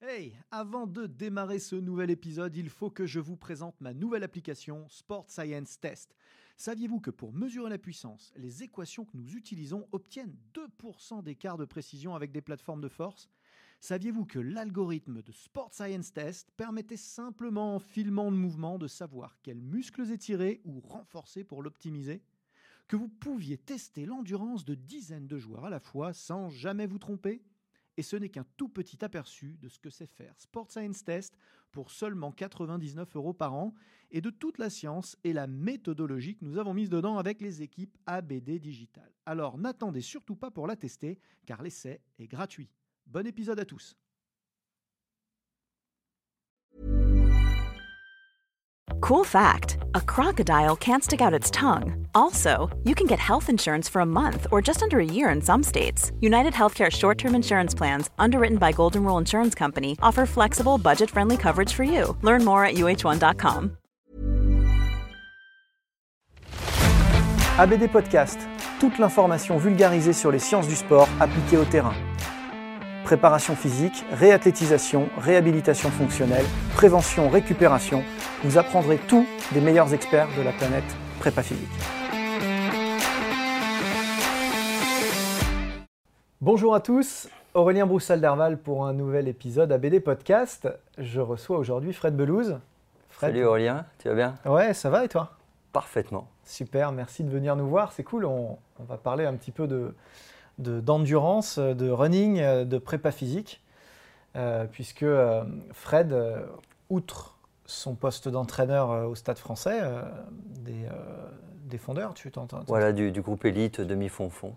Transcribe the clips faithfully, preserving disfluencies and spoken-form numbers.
Hey, avant de démarrer ce nouvel épisode, il faut que je vous présente ma nouvelle application Sport Science Test. Saviez-vous que pour mesurer la puissance, les équations que nous utilisons obtiennent deux pour cent d'écart de précision avec des plateformes de force ? Saviez-vous que l'algorithme de Sport Science Test permettait simplement en filmant le mouvement de savoir quels muscles étirer ou renforcer pour l'optimiser ? Que vous pouviez tester l'endurance de dizaines de joueurs à la fois sans jamais vous tromper ? Et ce n'est qu'un tout petit aperçu de ce que c'est faire Sport Science Test pour seulement quatre-vingt-dix-neuf euros par an et de toute la science et la méthodologie que nous avons mise dedans avec les équipes A B D Digital. Alors n'attendez surtout pas pour la tester car l'essai est gratuit. Bon épisode à tous. Cool fact, a crocodile can't stick out its tongue. Also, you can get health insurance for a month or just under a year in some states. United Healthcare short-term insurance plans, underwritten by Golden Rule Insurance Company, offer flexible, budget-friendly coverage for you. Learn more at U H one dot com. A B D Podcast, toute l'information vulgarisée sur les sciences du sport appliquées au terrain. Préparation physique, réathlétisation, réhabilitation fonctionnelle, prévention, récupération. Vous apprendrez tout des meilleurs experts de la planète prépa physique. Bonjour à tous, Aurélien Broussal-Derval pour un nouvel épisode A B D Podcast. Je reçois aujourd'hui Fred Belouz. Fred. Salut Aurélien, tu vas bien ? Ouais, ça va et toi ? Parfaitement. Super, merci de venir nous voir, c'est cool. On, on va parler un petit peu de... De, d'endurance, de running, de prépa physique, euh, puisque euh, Fred, euh, outre son poste d'entraîneur euh, au Stade français, euh, des, euh, des fondeurs, tu t'entends ? Voilà, du, du groupe élite demi-fond-fond.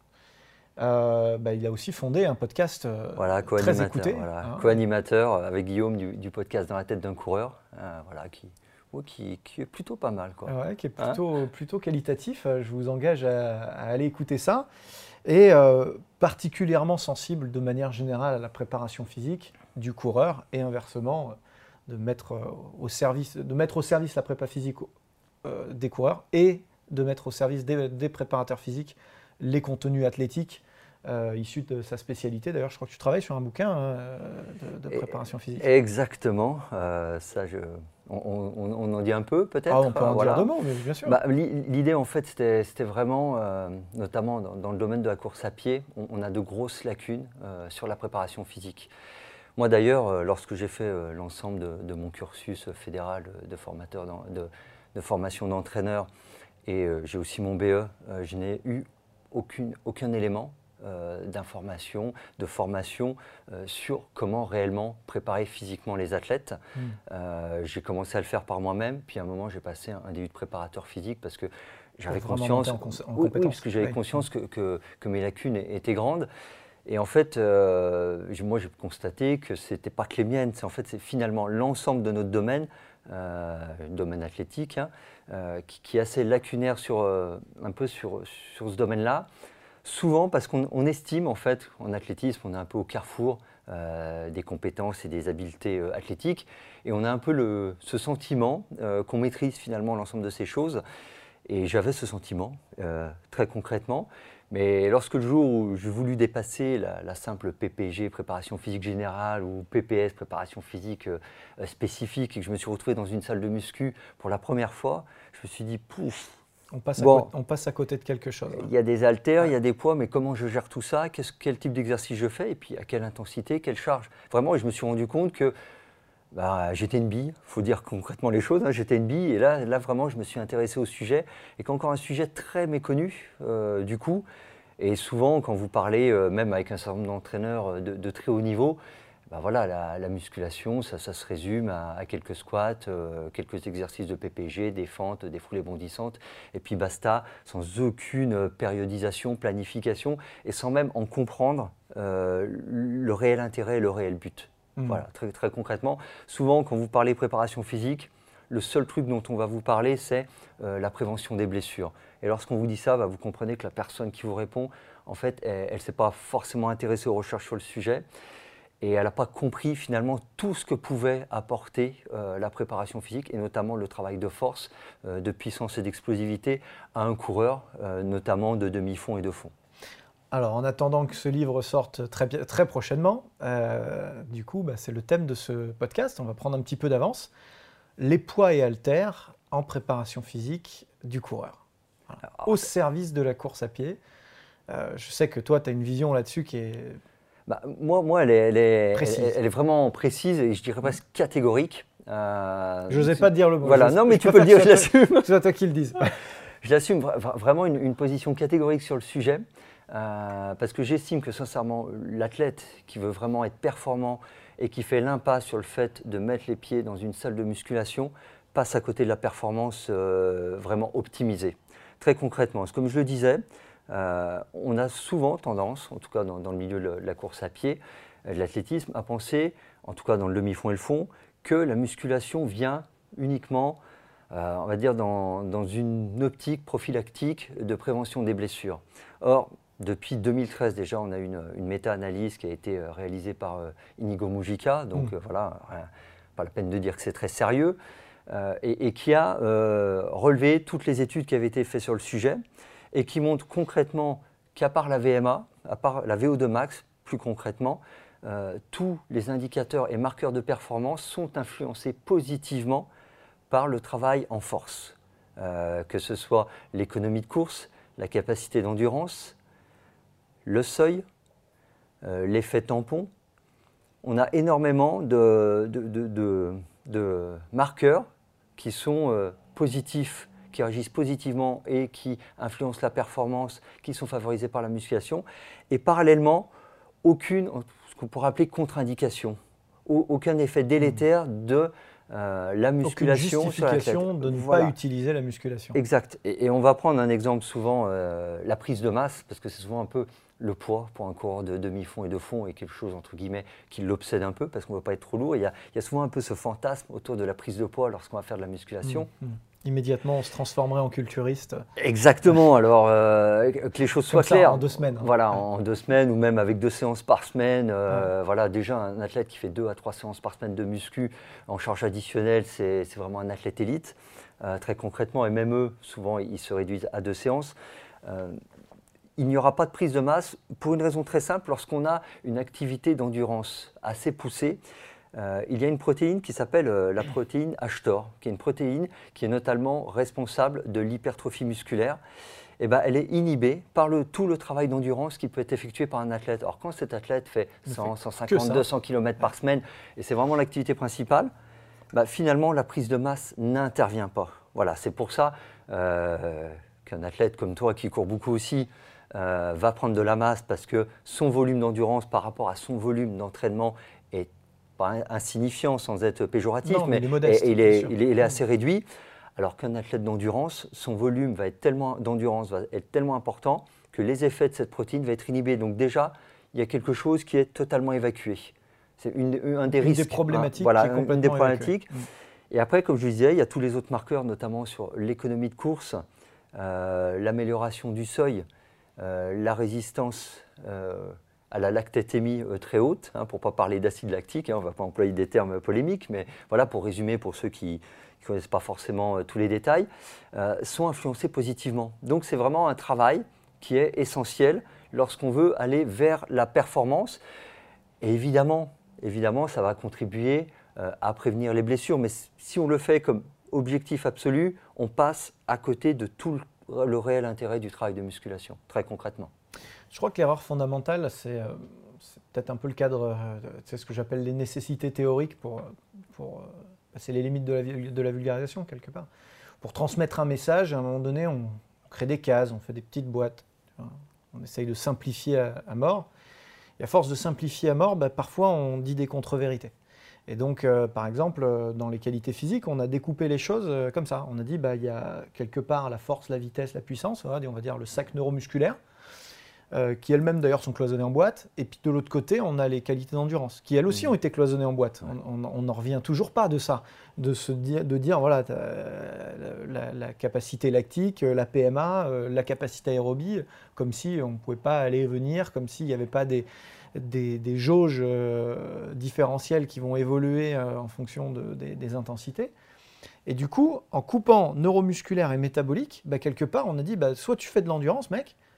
Euh, bah, il a aussi fondé un podcast euh, voilà, très écouté. Voilà, hein. Co-animateur avec Guillaume du, du podcast Dans la tête d'un coureur, euh, voilà, qui, ouais, qui, qui est plutôt pas mal. Quoi. Ouais, qui est plutôt, hein plutôt qualitatif. Je vous engage à, à aller écouter ça. Et euh, particulièrement sensible de manière générale à la préparation physique du coureur et inversement de mettre, euh, au, service, de mettre au service la prépa physique euh, des coureurs et de mettre au service des, des préparateurs physiques les contenus athlétiques euh, issus de sa spécialité. D'ailleurs, je crois que tu travailles sur un bouquin hein, de, de préparation physique. Exactement. Euh, ça, je... On, on, on en dit un peu peut-être. Ah, on peut en voilà. dire deux mots, mais bien sûr. Bah, l'idée en fait c'était, c'était vraiment, euh, notamment dans, dans le domaine de la course à pied, on, on a de grosses lacunes euh, sur la préparation physique. Moi d'ailleurs, euh, lorsque j'ai fait euh, l'ensemble de, de mon cursus fédéral de, formateur, de, de formation d'entraîneur et euh, j'ai aussi mon B E, euh, je n'ai eu aucune, aucun élément Euh, d'information, de formation euh, sur comment réellement préparer physiquement les athlètes. Mmh. Euh, j'ai commencé à le faire par moi-même, puis à un moment j'ai passé un, un D U de préparateur physique parce que j'avais conscience, en, cons- en oui, oui, parce que j'avais oui. conscience que, que, que mes lacunes étaient grandes. Et en fait, euh, moi j'ai constaté que c'était pas que les miennes, c'est en fait c'est finalement l'ensemble de notre domaine, euh, le domaine athlétique, hein, euh, qui, qui est assez lacunaire sur euh, un peu sur, sur ce domaine-là. Souvent parce qu'on on estime, en fait, en athlétisme, on est un peu au carrefour euh, des compétences et des habiletés euh, athlétiques. Et on a un peu le, ce sentiment euh, qu'on maîtrise finalement l'ensemble de ces choses. Et j'avais ce sentiment, euh, très concrètement. Mais lorsque le jour où j'ai voulu dépasser la, la simple P P G, préparation physique générale, ou P P S, préparation physique euh, spécifique, et que je me suis retrouvé dans une salle de muscu pour la première fois, je me suis dit, pouf. On passe, bon, à côté, on passe à côté de quelque chose. Il y a des haltères, il y a des poids, mais comment je gère tout ça ? Qu'est-ce, Quel type d'exercice je fais ? Et puis à quelle intensité, quelle charge ? Vraiment, je me suis rendu compte que bah, j'étais une bille, il faut dire concrètement les choses, hein, j'étais une bille. Et là, là, vraiment, je me suis intéressé au sujet. Et qu'encore un sujet très méconnu, euh, du coup. Et souvent, quand vous parlez, euh, même avec un certain nombre d'entraîneurs de, de très haut niveau, ben voilà, la, la musculation, ça, ça se résume à, à quelques squats, euh, quelques exercices de P P G, des fentes, des foulées bondissantes, et puis basta, sans aucune périodisation, planification, et sans même en comprendre euh, le réel intérêt et le réel but. Mmh. Voilà, très, très concrètement. Souvent, quand vous parlez préparation physique, le seul truc dont on va vous parler, c'est euh, la prévention des blessures. Et lorsqu'on vous dit ça, bah, vous comprenez que la personne qui vous répond, en fait, elle ne s'est pas forcément intéressée aux recherches sur le sujet. Et elle n'a pas compris finalement tout ce que pouvait apporter euh, la préparation physique et notamment le travail de force, euh, de puissance et d'explosivité à un coureur, euh, notamment de demi-fond et de fond. Alors, en attendant que ce livre sorte très, très prochainement, euh, du coup, bah, c'est le thème de ce podcast. On va prendre un petit peu d'avance. Les poids et haltères en préparation physique du coureur. Voilà. Alors, Au service de la course à pied. Euh, je sais que toi, tu as une vision là-dessus qui est... Bah, moi, moi elle, est, elle, est, Précise. elle, elle est vraiment précise et je dirais presque catégorique. Euh, je n'osais pas te dire le mot. Voilà, je, non, mais je tu peux le dire, je l'assume. C'est toi, toi qui le dise. Je l'assume vra- vraiment une, une position catégorique sur le sujet. Euh, parce que j'estime que sincèrement, l'athlète qui veut vraiment être performant et qui fait l'impasse sur le fait de mettre les pieds dans une salle de musculation passe à côté de la performance euh, vraiment optimisée. Très concrètement, comme je le disais, euh, on a souvent tendance, en tout cas dans, dans le milieu de la course à pied, de l'athlétisme, à penser, en tout cas dans le demi-fond et le fond, que la musculation vient uniquement, euh, on va dire, dans, dans une optique prophylactique de prévention des blessures. Or, depuis deux mille treize déjà, on a une, une méta-analyse qui a été réalisée par euh, Inigo Mujica, donc mmh. euh, voilà, rien, pas la peine de dire que c'est très sérieux, euh, et, et qui a euh, relevé toutes les études qui avaient été faites sur le sujet et qui montrent concrètement qu'à part la V M A, à part la V O deux max, plus concrètement, euh, tous les indicateurs et marqueurs de performance sont influencés positivement par le travail en force, euh, que ce soit l'économie de course, la capacité d'endurance, le seuil, euh, l'effet tampon. On a énormément de, de, de, de, de marqueurs qui sont euh, positifs, qui agissent positivement et qui influencent la performance, qui sont favorisés par la musculation. Et parallèlement, aucune, ce qu'on pourrait appeler contre-indication, aucun effet délétère de euh, la musculation. Aucune justification de ne voilà. pas utiliser la musculation. Exact. Et, et on va prendre un exemple souvent, euh, la prise de masse, parce que c'est souvent un peu le poids pour un coureur de demi-fond et de fond, et quelque chose, entre guillemets, qui l'obsède un peu, parce qu'on ne veut pas être trop lourd. Il y a, il y a souvent un peu ce fantasme autour de la prise de poids lorsqu'on va faire de la musculation. Mmh, mmh. Immédiatement, on se transformerait en culturiste. Exactement. Alors, euh, que les choses soient ça, claires. En deux semaines. Hein. Voilà, en deux semaines, ou même avec deux séances par semaine. Euh, ouais. Voilà, déjà, un athlète qui fait deux à trois séances par semaine de muscu en charge additionnelle, c'est, c'est vraiment un athlète élite. Euh, très concrètement, et même eux, souvent, ils se réduisent à deux séances. Euh, il n'y aura pas de prise de masse pour une raison très simple. Lorsqu'on a une activité d'endurance assez poussée, euh, il y a une protéine qui s'appelle euh, la protéine H T O R, qui est une protéine qui est notamment responsable de l'hypertrophie musculaire. Et ben, elle est inhibée par le, tout le travail d'endurance qui peut être effectué par un athlète. Or, quand cet athlète fait cent, cent cinquante, deux cents kilomètres par semaine, et c'est vraiment l'activité principale, ben, finalement, la prise de masse n'intervient pas. Voilà, c'est pour ça euh, qu'un athlète comme toi, qui court beaucoup aussi, Euh, va prendre de la masse parce que son volume d'endurance par rapport à son volume d'entraînement est pas insignifiant sans être péjoratif, non, mais, mais il est, modeste, il, est, il, est, il est assez réduit. Alors qu'un athlète d'endurance, son volume va être tellement, d'endurance va être tellement important que les effets de cette protéine vont être inhibés. Donc déjà, il y a quelque chose qui est totalement évacué. C'est une, un des une risques. Des problématiques hein, voilà, qui est complètement une des problématiques. Évacuée. Et après, comme je le disais, il y a tous les autres marqueurs, notamment sur l'économie de course, euh, l'amélioration du seuil, Euh, la résistance euh, à la lactatémie euh, très haute, hein, pour ne pas parler d'acide lactique, hein, on ne va pas employer des termes polémiques, mais voilà, pour résumer, pour ceux qui ne connaissent pas forcément euh, tous les détails, euh, sont influencés positivement. Donc c'est vraiment un travail qui est essentiel lorsqu'on veut aller vers la performance. Et évidemment, évidemment ça va contribuer euh, à prévenir les blessures, mais si on le fait comme objectif absolu, on passe à côté de tout le le réel intérêt du travail de musculation, très concrètement. Je crois que l'erreur fondamentale, c'est, euh, c'est peut-être un peu le cadre, euh, c'est ce que j'appelle les nécessités théoriques pour, pour euh, passer les limites de la, de la vulgarisation quelque part. Pour transmettre un message, à un moment donné, on crée des cases, on fait des petites boîtes, on essaye de simplifier à, à mort. Et à force de simplifier à mort, bah, parfois on dit des contre-vérités. Et donc, euh, par exemple, euh, dans les qualités physiques, on a découpé les choses euh, comme ça. On a dit, bah, il y a quelque part la force, la vitesse, la puissance, voilà, on va dire le sac neuromusculaire, euh, qui elles-mêmes d'ailleurs sont cloisonnées en boîte. Et puis de l'autre côté, on a les qualités d'endurance, qui elles aussi ont été cloisonnées en boîte. On n'en revient toujours pas de ça, de, se dire, de dire, voilà, la, la, la capacité lactique, la P M A, euh, la capacité aérobie, comme si on ne pouvait pas aller et venir, comme s'il n'y avait pas des... Des, des jauges euh, différentielles qui vont évoluer euh, en fonction de, des, des intensités. Et du coup, en coupant neuromusculaire et métabolique, bah, quelque part, on a dit, bah, soit tu fais de l'endurance, mec,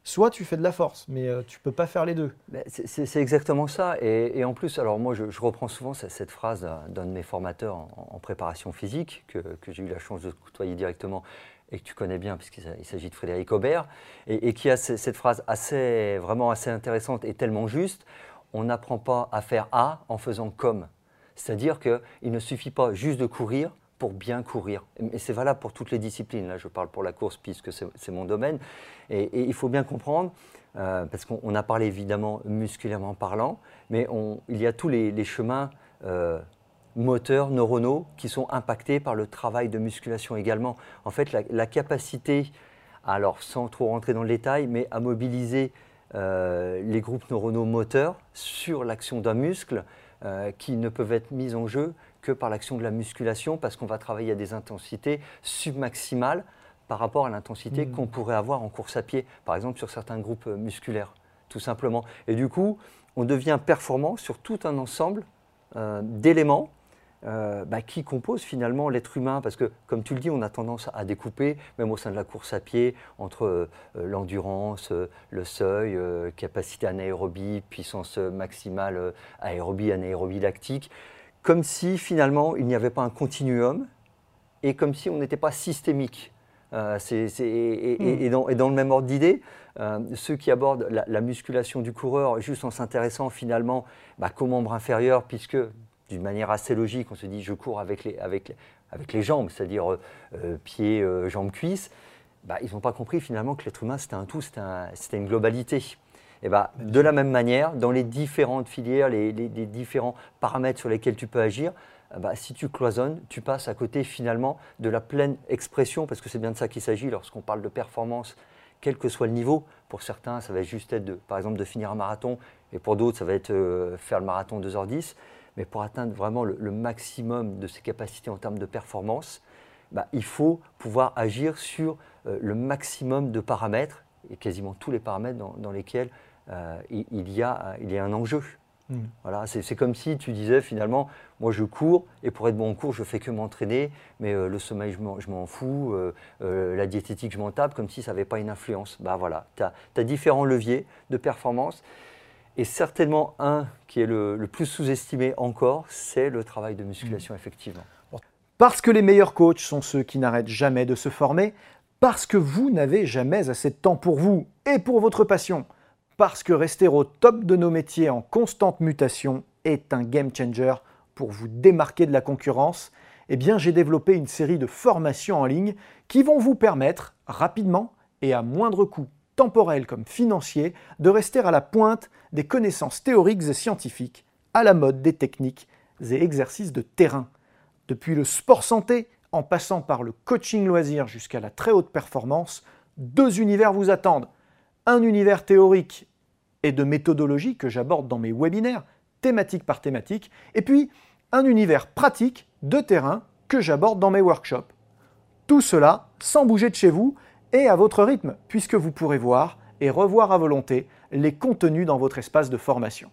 soit tu fais de la force, mais euh, tu ne peux pas faire les deux. Ben, c'est, c'est exactement ça. Et, et en plus, alors moi, je, je reprends souvent cette, cette phrase d'un, d'un de mes formateurs en, en préparation physique, que, que j'ai eu la chance de côtoyer directement et que tu connais bien, puisqu'il s'agit de Frédéric Aubert, et, et qui a c- cette phrase assez, vraiment assez intéressante et tellement juste. On n'apprend pas à faire A en faisant comme. C'est-à-dire qu'il ne suffit pas juste de courir pour bien courir. Et c'est valable pour toutes les disciplines. Là, je parle pour la course puisque c'est, c'est mon domaine. Et, et il faut bien comprendre, euh, parce qu'on on a parlé évidemment musculairement parlant, mais on, il y a tous les, les chemins euh, moteurs, neuronaux, qui sont impactés par le travail de musculation également. En fait, la, la capacité, alors sans trop rentrer dans le détail, mais à mobiliser euh, les groupes neuronaux moteurs sur l'action d'un muscle, euh, qui ne peuvent être mis en jeu que par l'action de la musculation, parce qu'on va travailler à des intensités submaximales par rapport à l'intensité mmh. qu'on pourrait avoir en course à pied, par exemple sur certains groupes musculaires, tout simplement. Et du coup, on devient performant sur tout un ensemble euh, d'éléments euh, bah, qui composent finalement l'être humain, parce que, comme tu le dis, on a tendance à découper, même au sein de la course à pied, entre euh, l'endurance, euh, le seuil, euh, capacité anaérobie, puissance maximale euh, aérobie, anaérobie lactique, comme si finalement il n'y avait pas un continuum et comme si on n'était pas systémique. Euh, c'est, c'est, et, et, et, dans, et dans le même ordre d'idée, euh, ceux qui abordent la, la musculation du coureur juste en s'intéressant finalement bah, qu'au membre inférieur, puisque d'une manière assez logique, on se dit je cours avec les, avec, avec les jambes, c'est-à-dire euh, pieds, euh, jambes, cuisses, bah, ils n'ont pas compris finalement que l'être humain c'était un tout, c'était, un, c'était une globalité. Et bah, de la même manière, dans les différentes filières, les, les, les différents paramètres sur lesquels tu peux agir, bah, si tu cloisonnes, tu passes à côté finalement de la pleine expression, parce que c'est bien de ça qu'il s'agit lorsqu'on parle de performance, quel que soit le niveau. Pour certains, ça va juste être, de, par exemple, de finir un marathon, et pour d'autres, ça va être euh, faire le marathon deux heures dix. Mais pour atteindre vraiment le, le maximum de ses capacités en termes de performance, bah, il faut pouvoir agir sur euh, le maximum de paramètres, et quasiment tous les paramètres dans, dans lesquels euh, il, il, y a, il y a un enjeu. Mmh. Voilà, c'est, c'est comme si tu disais finalement, moi je cours et pour être bon en cours, je fais que m'entraîner, mais euh, le sommeil je m'en, je m'en fous, euh, euh, la diététique je m'en tape, comme si ça n'avait pas une influence. Bah voilà, tu as différents leviers de performance et certainement un qui est le, le plus sous-estimé encore, c'est le travail de musculation mmh. effectivement. Parce que les meilleurs coachs sont ceux qui n'arrêtent jamais de se former, parce que vous n'avez jamais assez de temps pour vous et pour votre passion. Parce que rester au top de nos métiers en constante mutation est un game changer pour vous démarquer de la concurrence, eh bien j'ai développé une série de formations en ligne qui vont vous permettre rapidement et à moindre coût temporel comme financier de rester à la pointe des connaissances théoriques et scientifiques, à la mode des techniques et exercices de terrain. Depuis le sport santé, en passant par le coaching loisir jusqu'à la très haute performance, deux univers vous attendent. Un univers théorique et de méthodologie que j'aborde dans mes webinaires, thématique par thématique, et puis un univers pratique de terrain que j'aborde dans mes workshops. Tout cela sans bouger de chez vous et à votre rythme, puisque vous pourrez voir et revoir à volonté les contenus dans votre espace de formation.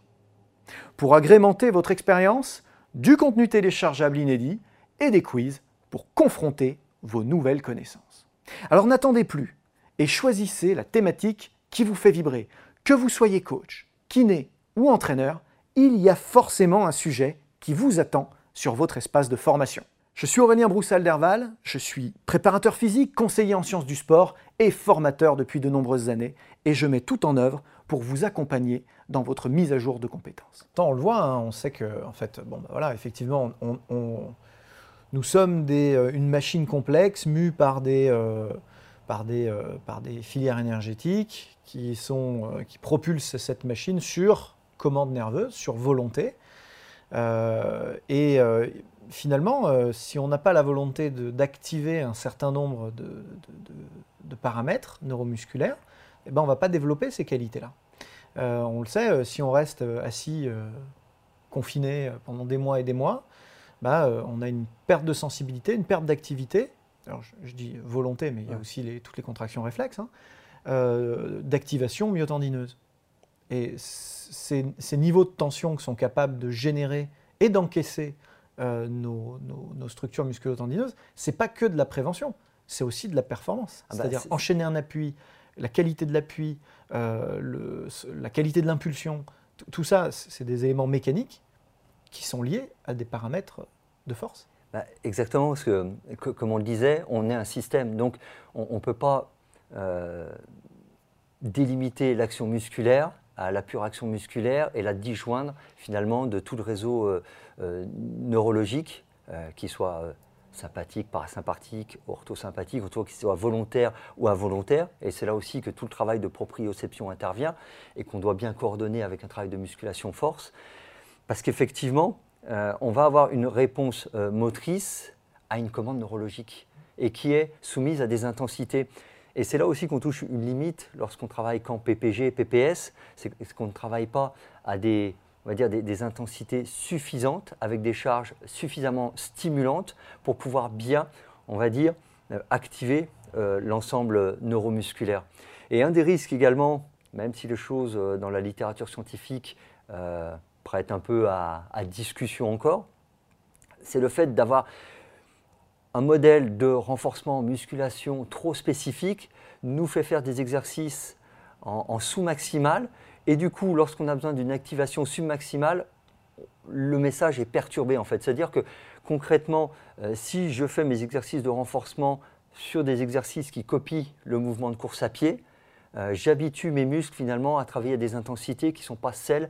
Pour agrémenter votre expérience, du contenu téléchargeable inédit et des quiz pour confronter vos nouvelles connaissances. Alors n'attendez plus et choisissez la thématique qui vous fait vibrer. Que vous soyez coach, kiné ou entraîneur, il y a forcément un sujet qui vous attend sur votre espace de formation. Je suis Aurélien Broussal-Derval, je suis préparateur physique, conseiller en sciences du sport et formateur depuis de nombreuses années et je mets tout en œuvre pour vous accompagner dans votre mise à jour de compétences. Tant on le voit, hein, on sait que, en fait, bon, bah voilà, effectivement, on, on, nous sommes des, euh, une machine complexe mue par des, euh, par des, euh, par des filières énergétiques qui, sont, euh, qui propulsent cette machine sur commande nerveuse, sur volonté. Euh, et euh, finalement, euh, si on n'a pas la volonté de, d'activer un certain nombre de, de, de, de paramètres neuromusculaires, eh ben, on ne va pas développer ces qualités-là. Euh, on le sait, euh, si on reste assis, euh, confiné pendant des mois et des mois, bah, euh, on a une perte de sensibilité, une perte d'activité. Alors je, je dis volonté, mais il y a aussi les, toutes les contractions réflexes, hein, euh, d'activation myotendineuse. Et ces, ces niveaux de tension que sont capables de générer et d'encaisser euh, nos, nos, nos structures musculo-tendineuses, ce n'est pas que de la prévention, c'est aussi de la performance. Ah bah, C'est-à-dire c'est... enchaîner un appui, la qualité de l'appui, euh, le, la qualité de l'impulsion, t- tout ça, c'est des éléments mécaniques qui sont liés à des paramètres de force. Bah, exactement, parce que, que, comme on le disait, on est un système. Donc, on ne peut pas euh, délimiter l'action musculaire à la pure action musculaire et la disjoindre finalement de tout le réseau euh, euh, neurologique, euh, qui soit euh, sympathique, parasympathique, orthosympathique, qu'il soit volontaire ou involontaire. Et c'est là aussi que tout le travail de proprioception intervient et qu'on doit bien coordonner avec un travail de musculation-force. Parce qu'effectivement, euh, on va avoir une réponse euh, motrice à une commande neurologique et qui est soumise à des intensités. Et c'est là aussi qu'on touche une limite lorsqu'on travaille qu'en P P G et P P S, c'est qu'on ne travaille pas à des, on va dire des, des intensités suffisantes, avec des charges suffisamment stimulantes pour pouvoir bien, on va dire, euh, activer euh, l'ensemble neuromusculaire. Et un des risques également, même si les choses euh, dans la littérature scientifique euh, prêtent un peu à, à discussion encore, c'est le fait d'avoir un modèle de renforcement musculation trop spécifique nous fait faire des exercices en, en sous-maximal et du coup, lorsqu'on a besoin d'une activation submaximale, le message est perturbé en fait. C'est-à-dire que concrètement, euh, si je fais mes exercices de renforcement sur des exercices qui copient le mouvement de course à pied, euh, j'habitue mes muscles finalement à travailler à des intensités qui ne sont pas celles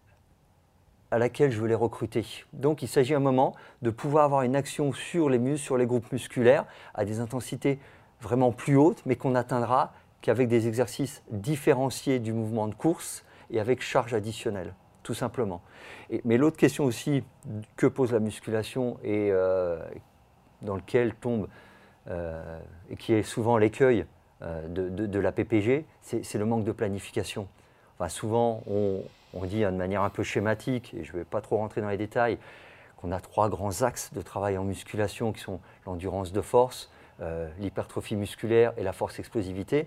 à laquelle je veux les recruter. Donc il s'agit à un moment de pouvoir avoir une action sur les muscles, sur les groupes musculaires, à des intensités vraiment plus hautes, mais qu'on n'atteindra qu'avec des exercices différenciés du mouvement de course et avec charge additionnelle, tout simplement. Et, mais l'autre question aussi que pose la musculation et euh, dans lequel tombe, euh, et qui est souvent l'écueil euh, de, de, de la P P G, c'est le manque de planification. Enfin, souvent, on, on dit de manière un peu schématique, et je ne vais pas trop rentrer dans les détails, qu'on a trois grands axes de travail en musculation qui sont l'endurance de force, euh, l'hypertrophie musculaire et la force-explosivité.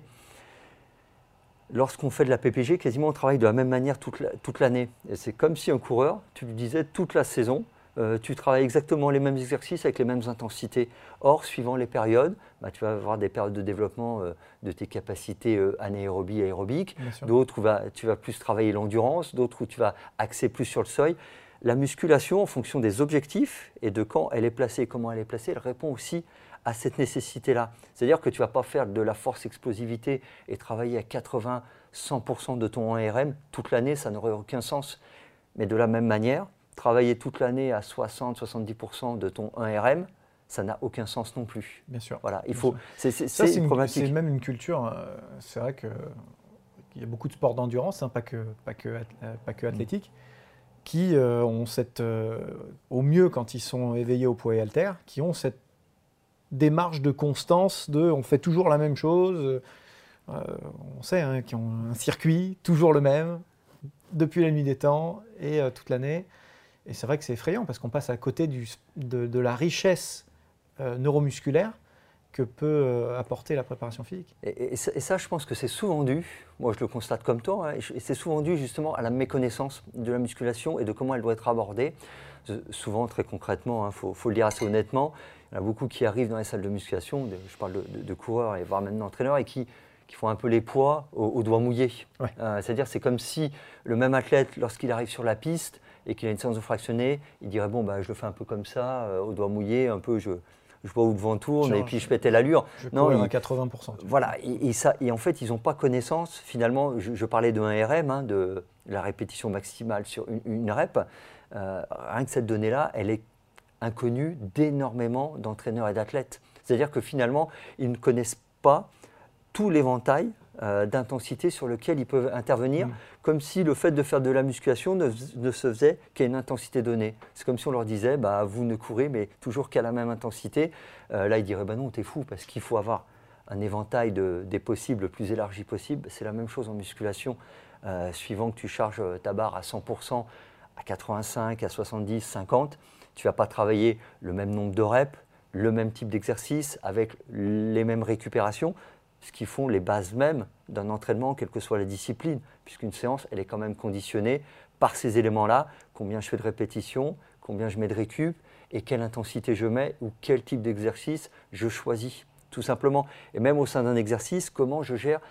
Lorsqu'on fait de la P P G, quasiment on travaille de la même manière toute l'année. Et c'est comme si un coureur, tu lui disais toute la saison, euh, tu travailles exactement les mêmes exercices avec les mêmes intensités. Or, suivant les périodes, bah, tu vas avoir des périodes de développement euh, de tes capacités euh, anaérobie et aérobiques, d'autres où va, tu vas plus travailler l'endurance, d'autres où tu vas axer plus sur le seuil. La musculation, en fonction des objectifs et de quand elle est placée, comment elle est placée, elle répond aussi à cette nécessité-là. C'est-à-dire que tu ne vas pas faire de la force-explosivité et travailler à quatre-vingts à cent pour cent de ton un R M toute l'année, ça n'aurait aucun sens. Mais de la même manière, travailler toute l'année à soixante à soixante-dix pour cent de ton un R M, ça n'a aucun sens non plus. Bien sûr. Voilà, il Bien faut. C'est une, une problématique. C'est même une culture. Euh, c'est vrai que il y a beaucoup de sports d'endurance, hein, pas que pas que euh, pas que athlétique, mmh. qui euh, ont cette, euh, au mieux quand ils sont éveillés au poids et haltères, qui ont cette démarche de constance, de on fait toujours la même chose. Euh, on sait, hein, qui ont un circuit toujours le même depuis la nuit des temps et euh, toute l'année. Et c'est vrai que c'est effrayant parce qu'on passe à côté du, de, de la richesse euh, neuromusculaire que peut euh, apporter la préparation physique. Et, et, ça, et ça, je pense que c'est souvent dû, moi je le constate comme toi, hein, et c'est souvent dû justement à la méconnaissance de la musculation et de comment elle doit être abordée. Souvent, très concrètement, il hein, faut, faut le dire assez honnêtement, il y en a beaucoup qui arrivent dans les salles de musculation, de, je parle de, de, de coureurs et voire même d'entraîneurs, et qui, qui font un peu les poids aux, aux doigts mouillés. Ouais. Euh, C'est-à-dire c'est comme si le même athlète, lorsqu'il arrive sur la piste et qu'il a une séance de fractionné, il dirait bon, bah, je le fais un peu comme ça, euh, aux doigts mouillés, un peu, je, je vois où le vent tourne, Genre, et puis je pétais l'allure. Je cours à quatre-vingts pour cent. Voilà, et, et, ça, et en fait, ils n'ont pas connaissance, finalement, je, je parlais de un R M, hein, de la répétition maximale sur une, une rep, euh, rien que cette donnée-là, elle est inconnue d'énormément d'entraîneurs et d'athlètes. C'est-à-dire que finalement, ils ne connaissent pas tout l'éventail euh, d'intensité sur lequel ils peuvent intervenir, mmh. comme si le fait de faire de la musculation ne, ne se faisait qu'à une intensité donnée. C'est comme si on leur disait, bah, vous ne courez, mais toujours qu'à la même intensité. Euh, là, ils diraient, bah non, t'es fou, parce qu'il faut avoir un éventail de, des possibles le plus élargi possible. C'est la même chose en musculation, euh, suivant que tu charges ta barre à cent pour cent, à quatre-vingt-cinq, à soixante-dix, cinquante, tu ne vas pas travailler le même nombre de reps, le même type d'exercice, avec les mêmes récupérations, ce qui font les bases mêmes d'un entraînement, quelle que soit la discipline, puisqu'une séance, elle est quand même conditionnée par ces éléments-là, combien je fais de répétitions, combien je mets de récup, et quelle intensité je mets, ou quel type d'exercice je choisis, tout simplement. Et même au sein d'un exercice, comment je gère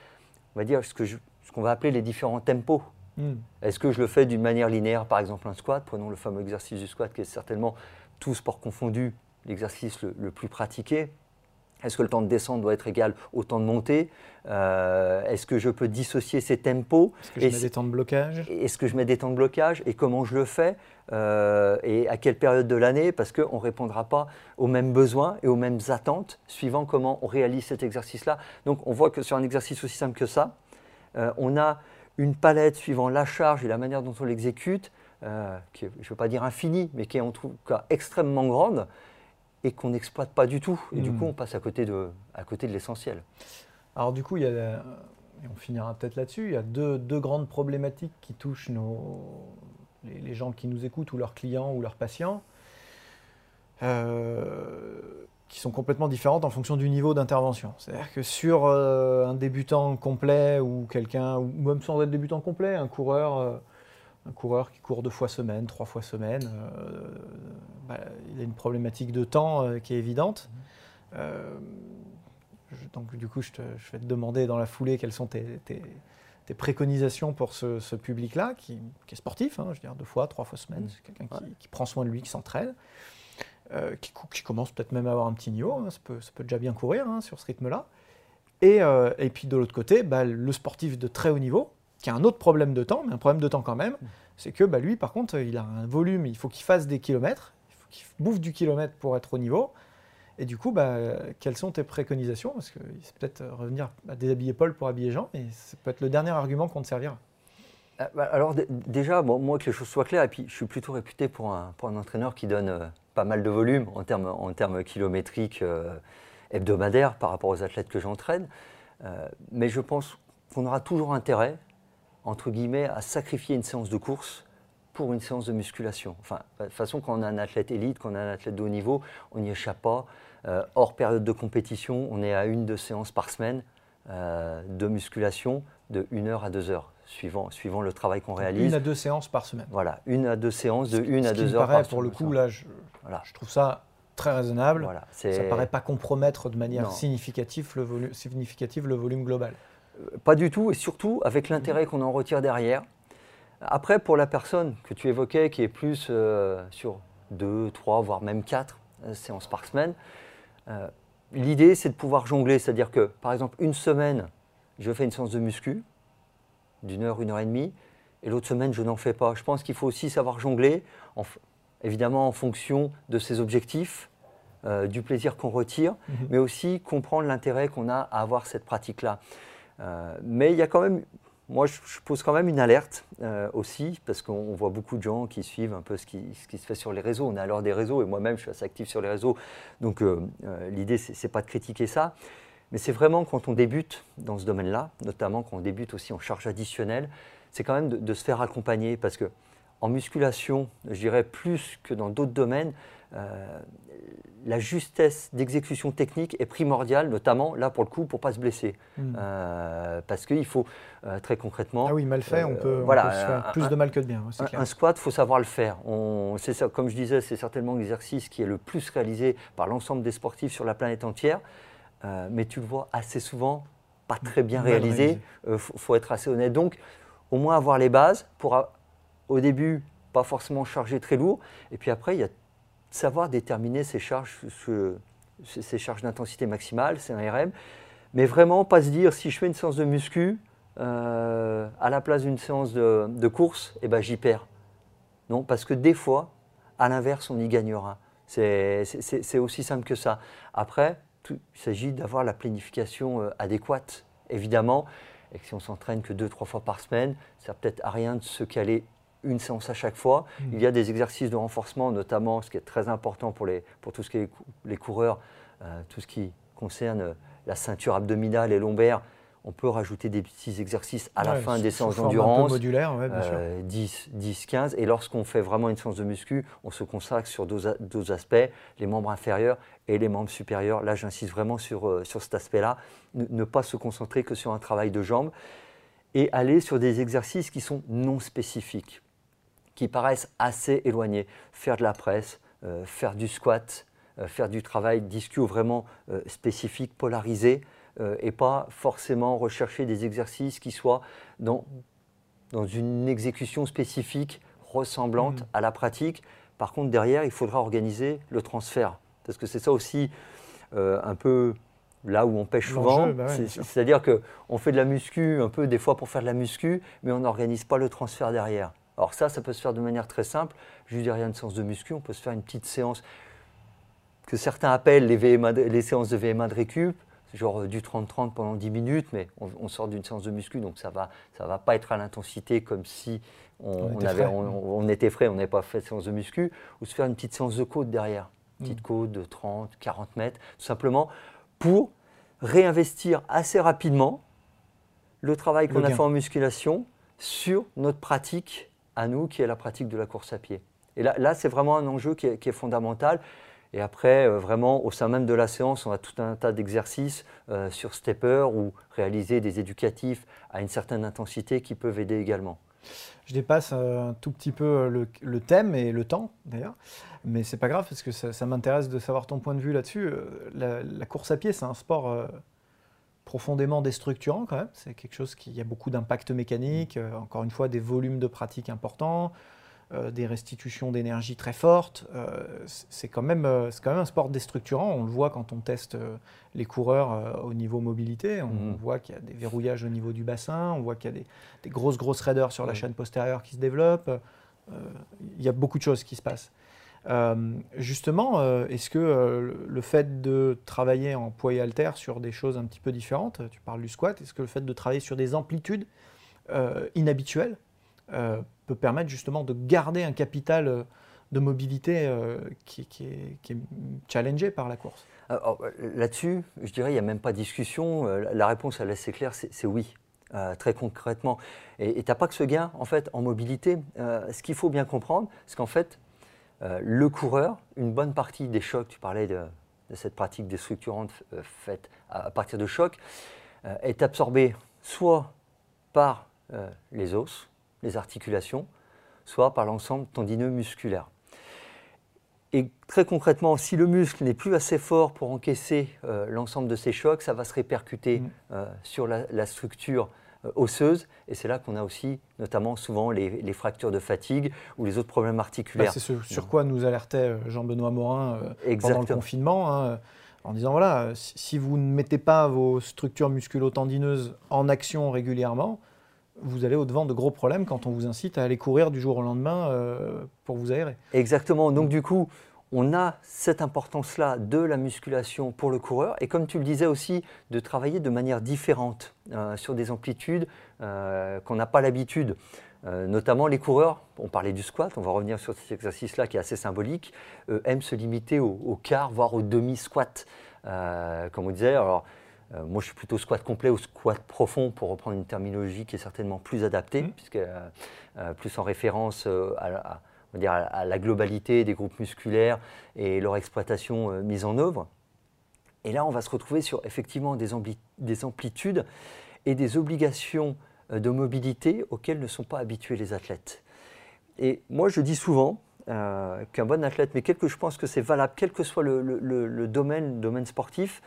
on va dire, ce que je, ce qu'on va appeler les différents tempos. Mm. Est-ce que je le fais d'une manière linéaire, par exemple un squat? Prenons le fameux exercice du squat qui est certainement, tout sport confondu, l'exercice le, le plus pratiqué. Est-ce que le temps de descente doit être égal au temps de montée? euh, Est-ce que je peux dissocier ces tempos? Est-ce que je mets des temps de blocage? Est-ce que je mets des temps de blocage? Et comment je le fais? euh, Et à quelle période de l'année? Parce qu'on ne répondra pas aux mêmes besoins et aux mêmes attentes suivant comment on réalise cet exercice-là. Donc on voit que sur un exercice aussi simple que ça, euh, on a une palette suivant la charge et la manière dont on l'exécute, euh, qui est, je ne veux pas dire infinie, mais qui est en tout cas extrêmement grande, et qu'on n'exploite pas du tout. Et mmh. du coup, on passe à côté de, à côté de l'essentiel. Alors du coup, il y a, et on finira peut-être là-dessus, il y a deux, deux grandes problématiques qui touchent nos, les, les gens qui nous écoutent, ou leurs clients, ou leurs patients, euh, qui sont complètement différentes en fonction du niveau d'intervention. C'est-à-dire que sur euh, un débutant complet, ou quelqu'un, ou même sans être débutant complet, un coureur... Euh, Un coureur qui court deux fois semaine, trois fois semaine, euh, bah, il a une problématique de temps euh, qui est évidente. Euh, je, donc du coup, je, te, je vais te demander dans la foulée quelles sont tes, tes, tes préconisations pour ce, ce public-là, qui, qui est sportif, hein, je veux dire deux fois, trois fois semaine, c'est quelqu'un qui, ouais. qui prend soin de lui, qui s'entraîne, euh, qui, qui commence peut-être même à avoir un petit niveau, hein, ça, peut, ça peut déjà bien courir hein, sur ce rythme-là. Et, euh, et puis de l'autre côté, bah, le sportif de très haut niveau, qui a un autre problème de temps, mais un problème de temps quand même, c'est que bah, lui, par contre, il a un volume, il faut qu'il fasse des kilomètres, il faut qu'il bouffe du kilomètre pour être au niveau. Et du coup, bah, quelles sont tes préconisations? Parce que c'est peut-être revenir à déshabiller Paul pour habiller Jean, mais ça peut être le dernier argument qu'on te servira. Alors d- déjà, bon, moi, que les choses soient claires, et puis je suis plutôt réputé pour un, pour un entraîneur qui donne euh, pas mal de volume en termes, en termes kilométriques euh, hebdomadaires par rapport aux athlètes que j'entraîne. Euh, mais je pense qu'on aura toujours intérêt, entre guillemets, à sacrifier une séance de course pour une séance de musculation. Enfin, de toute façon, quand on a un athlète élite, quand on a un athlète de haut niveau, on n'y échappe pas. Euh, hors période de compétition, on est à une, deux séances par semaine euh, de musculation de une heure à deux heures, suivant, suivant le travail qu'on réalise. Une à deux séances par semaine. Voilà, une à deux séances de une à deux heures par semaine. Pour le coup, là, je, voilà. je trouve ça très raisonnable. Voilà, ça ne paraît pas compromettre de manière significative le, volu- significative le volume global. Pas du tout, et surtout avec l'intérêt qu'on en retire derrière. Après, pour la personne que tu évoquais, qui est plus euh, sur deux, trois, voire même quatre euh, séances par semaine, euh, l'idée, c'est de pouvoir jongler. C'est-à-dire que, par exemple, une semaine, je fais une séance de muscu d'une heure, une heure et demie, et l'autre semaine, je n'en fais pas. Je pense qu'il faut aussi savoir jongler, en, évidemment en fonction de ses objectifs, euh, du plaisir qu'on retire, mmh. mais aussi comprendre l'intérêt qu'on a à avoir cette pratique-là. Euh, mais il y a quand même, moi je, je pose quand même une alerte euh, aussi, parce qu'on voit beaucoup de gens qui suivent un peu ce qui, ce qui se fait sur les réseaux. On est à l'heure des réseaux, et moi-même je suis assez actif sur les réseaux, donc euh, euh, l'idée c'est, c'est pas de critiquer ça, mais c'est vraiment quand on débute dans ce domaine-là, notamment quand on débute aussi en charge additionnelle, c'est quand même de, de se faire accompagner, parce que en musculation, je dirais plus que dans d'autres domaines, euh, la justesse d'exécution technique est primordiale, notamment là pour le coup pour ne pas se blesser. Mmh. Euh, parce qu'il faut euh, très concrètement... Ah oui, mal fait, euh, on, peut, voilà, on peut se faire un, plus de mal que de bien. C'est un, clair. un squat, il faut savoir le faire. On, c'est ça, comme je disais, c'est certainement l'exercice qui est le plus réalisé par l'ensemble des sportifs sur la planète entière. Euh, mais tu le vois assez souvent, pas très bien mal réalisé. Il euh, faut, faut être assez honnête. Donc, au moins avoir les bases pour, au début, pas forcément charger très lourd. Et puis après, il y a savoir déterminer ses charges, ses charges d'intensité maximale, c'est un R M, mais vraiment pas se dire si je fais une séance de muscu euh, à la place d'une séance de, de course, eh ben, j'y perds. Non, parce que des fois, à l'inverse, on y gagnera. C'est, c'est, c'est aussi simple que ça. Après, tout, il s'agit d'avoir la planification euh, adéquate, évidemment, et que si on s'entraîne que deux, trois fois par semaine, ça peut-être à rien de se caler une séance à chaque fois. Mmh. Il y a des exercices de renforcement, notamment ce qui est très important pour, les, pour tout ce qui est les coureurs, euh, tout ce qui concerne la ceinture abdominale et lombaire. On peut rajouter des petits exercices à ouais, la fin des séances d'endurance, un peu modulaire, ouais, bien euh, sûr. dix, dix, quinze. Et lorsqu'on fait vraiment une séance de muscu, on se consacre sur deux, deux aspects, les membres inférieurs et les membres supérieurs. Là, j'insiste vraiment sur, euh, sur cet aspect-là. Ne, ne pas se concentrer que sur un travail de jambes et aller sur des exercices qui sont non spécifiques, qui paraissent assez éloignés. Faire de la presse, euh, faire du squat, euh, faire du travail d'ischio vraiment euh, spécifique, polarisé, euh, et pas forcément rechercher des exercices qui soient dans, dans une exécution spécifique ressemblante mmh. à la pratique. Par contre, derrière, il faudra organiser le transfert. Parce que c'est ça aussi euh, un peu là où on pêche souvent. Bah ouais, c'est, c'est-à-dire qu'on fait de la muscu un peu des fois pour faire de la muscu, mais on n'organise pas le transfert derrière. Alors ça, ça peut se faire de manière très simple. Juste derrière une séance de muscu, on peut se faire une petite séance que certains appellent les, V M A, les séances de V M A de récup, genre du trente trente pendant dix minutes, mais on, on sort d'une séance de muscu, donc ça ne va, ça va pas être à l'intensité comme si on, on, on, avait, on, on était frais, on n'avait pas fait de séance de muscu, ou se faire une petite séance de côte derrière, une petite mmh. côte de trente, quarante mètres, tout simplement pour réinvestir assez rapidement le travail qu'on le a gain. fait en musculation sur notre pratique à nous, qui est la pratique de la course à pied. Et là, là c'est vraiment un enjeu qui est, qui est fondamental. Et après, euh, vraiment, au sein même de la séance, on a tout un tas d'exercices euh, sur stepper ou réaliser des éducatifs à une certaine intensité qui peuvent aider également. Je dépasse un tout petit peu le, le thème et le temps, d'ailleurs. Mais c'est pas grave, parce que ça, ça m'intéresse de savoir ton point de vue là-dessus. La, la course à pied, c'est un sport euh, profondément déstructurant, quand même. C'est quelque chose qui a beaucoup d'impact mécanique. Euh, encore une fois, des volumes de pratique importants. Euh, des restitutions d'énergie très fortes. Euh, c'est, quand même, euh, c'est quand même un sport déstructurant. On le voit quand on teste euh, les coureurs euh, au niveau mobilité. On mmh. voit qu'il y a des verrouillages au niveau du bassin. On voit qu'il y a des, des grosses, grosses raideurs sur mmh. la chaîne postérieure qui se développent. Euh, il y a beaucoup de choses qui se passent. Euh, justement, euh, est-ce que euh, le fait de travailler en poids et haltères sur des choses un petit peu différentes, tu parles du squat, est-ce que le fait de travailler sur des amplitudes euh, inhabituelles Euh, peut permettre justement de garder un capital euh, de mobilité euh, qui, qui, est, qui est challengé par la course? Alors, là-dessus, je dirais, il n'y a même pas de discussion. La réponse, elle est assez claire, c'est, c'est oui, euh, très concrètement. Et tu n'as pas que ce gain, en fait, en mobilité. Euh, ce qu'il faut bien comprendre, c'est qu'en fait, euh, le coureur, une bonne partie des chocs, tu parlais de, de cette pratique déstructurante euh, faite à, à partir de chocs, euh, est absorbée soit par euh, les os, les articulations, soit par l'ensemble tendineux musculaire. Et très concrètement, si le muscle n'est plus assez fort pour encaisser euh, l'ensemble de ces chocs, ça va se répercuter mmh. euh, sur la, la structure euh, osseuse. Et c'est là qu'on a aussi, notamment souvent, les, les fractures de fatigue ou les autres problèmes articulaires. Bah, c'est ce sur quoi nous alertait Jean-Benoît Morin euh, pendant le confinement, hein, en disant, voilà, si, si vous ne mettez pas vos structures musculo-tendineuses en action régulièrement, vous allez au-devant de gros problèmes quand on vous incite à aller courir du jour au lendemain euh, pour vous aérer. Exactement. Donc du coup, on a cette importance-là de la musculation pour le coureur. Et comme tu le disais aussi, de travailler de manière différente euh, sur des amplitudes euh, qu'on n'a pas l'habitude. Euh, notamment les coureurs, on parlait du squat, on va revenir sur cet exercice-là qui est assez symbolique, euh, aiment se limiter au, au quart, voire au demi-squat. Euh, comme on disait, alors, Euh, moi, je suis plutôt squat complet ou squat profond pour reprendre une terminologie qui est certainement plus adaptée, mmh. puisque euh, euh, plus en référence euh, à, à, on va dire à, à la globalité des groupes musculaires et leur exploitation euh, mise en œuvre. Et là, on va se retrouver sur effectivement des, ampli- des amplitudes et des obligations euh, de mobilité auxquelles ne sont pas habitués les athlètes. Et moi, je dis souvent euh, qu'un bon athlète, mais quel que je pense que c'est valable, quel que soit le, le, le domaine, le domaine sportif,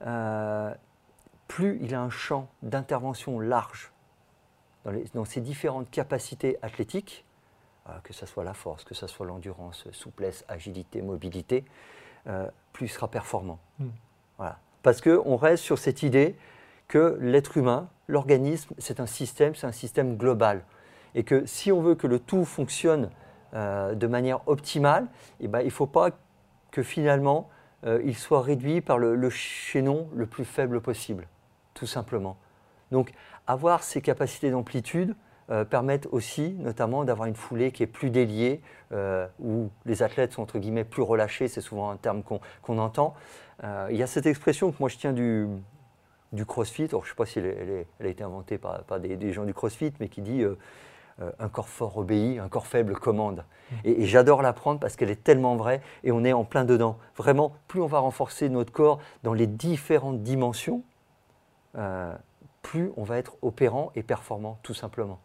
euh, plus il a un champ d'intervention large dans, les, dans ses différentes capacités athlétiques, euh, que ce soit la force, que ce soit l'endurance, souplesse, agilité, mobilité, euh, plus il sera performant. Mmh. Voilà. Parce qu'on reste sur cette idée que l'être humain, l'organisme, c'est un système, c'est un système global. Et que si on veut que le tout fonctionne euh, de manière optimale, eh ben, il ne faut pas que finalement euh, il soit réduit par le, le chaînon le plus faible possible. Tout simplement. Donc, avoir ces capacités d'amplitude euh, permettent aussi, notamment, d'avoir une foulée qui est plus déliée, euh, où les athlètes sont, entre guillemets, plus relâchés, c'est souvent un terme qu'on, qu'on entend. Euh, il y a cette expression que moi je tiens du, du crossfit, alors, je ne sais pas si elle, elle, est, elle a été inventée par, par des, des gens du crossfit, mais qui dit euh, euh, un corps fort obéit, un corps faible commande. Mmh. Et, et j'adore l'apprendre parce qu'elle est tellement vraie, et on est en plein dedans. Vraiment, plus on va renforcer notre corps dans les différentes dimensions, Euh, plus on va être opérant et performant, tout simplement.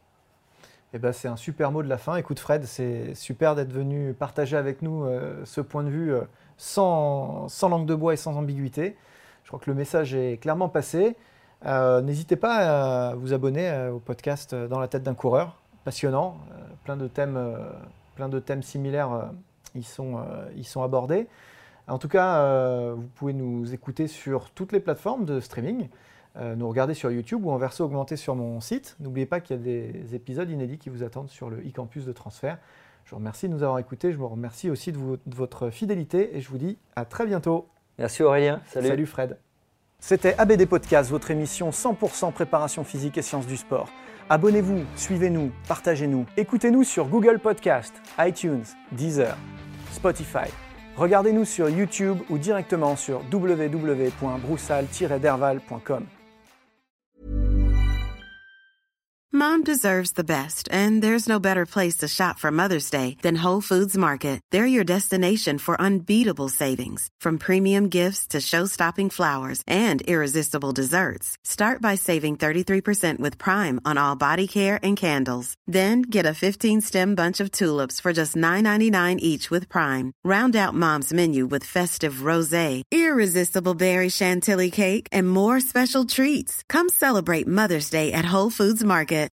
Eh ben, c'est un super mot de la fin. Écoute Fred, c'est super d'être venu partager avec nous euh, ce point de vue euh, sans, sans langue de bois et sans ambiguïté. Je crois que le message est clairement passé. Euh, n'hésitez pas à vous abonner euh, au podcast euh, Dans la tête d'un coureur. Passionnant. Euh, plein de thèmes, euh, plein de thèmes similaires euh, y, sont, euh, y sont abordés. En tout cas, euh, vous pouvez nous écouter sur toutes les plateformes de streaming, euh, nous regarder sur YouTube ou en version augmentée sur mon site. N'oubliez pas qu'il y a des épisodes inédits qui vous attendent sur le e-campus de transfert. Je vous remercie de nous avoir écoutés. Je vous remercie aussi de, vous, de votre fidélité et je vous dis à très bientôt. Merci Aurélien. Salut. Salut Fred. C'était A B D Podcast, votre émission cent pour cent préparation physique et sciences du sport. Abonnez-vous, suivez-nous, partagez-nous. Écoutez-nous sur Google Podcast, iTunes, Deezer, Spotify. Regardez-nous sur YouTube ou directement sur w w w point broussal tiret derval point com. Mom deserves the best, and there's no better place to shop for Mother's Day than Whole Foods Market. They're your destination for unbeatable savings, from premium gifts to show-stopping flowers and irresistible desserts. Start by saving thirty-three percent with Prime on all body care and candles. Then get a fifteen-stem bunch of tulips for just nine ninety-nine each with Prime. Round out Mom's menu with festive rosé, irresistible berry chantilly cake, and more special treats. Come celebrate Mother's Day at Whole Foods Market.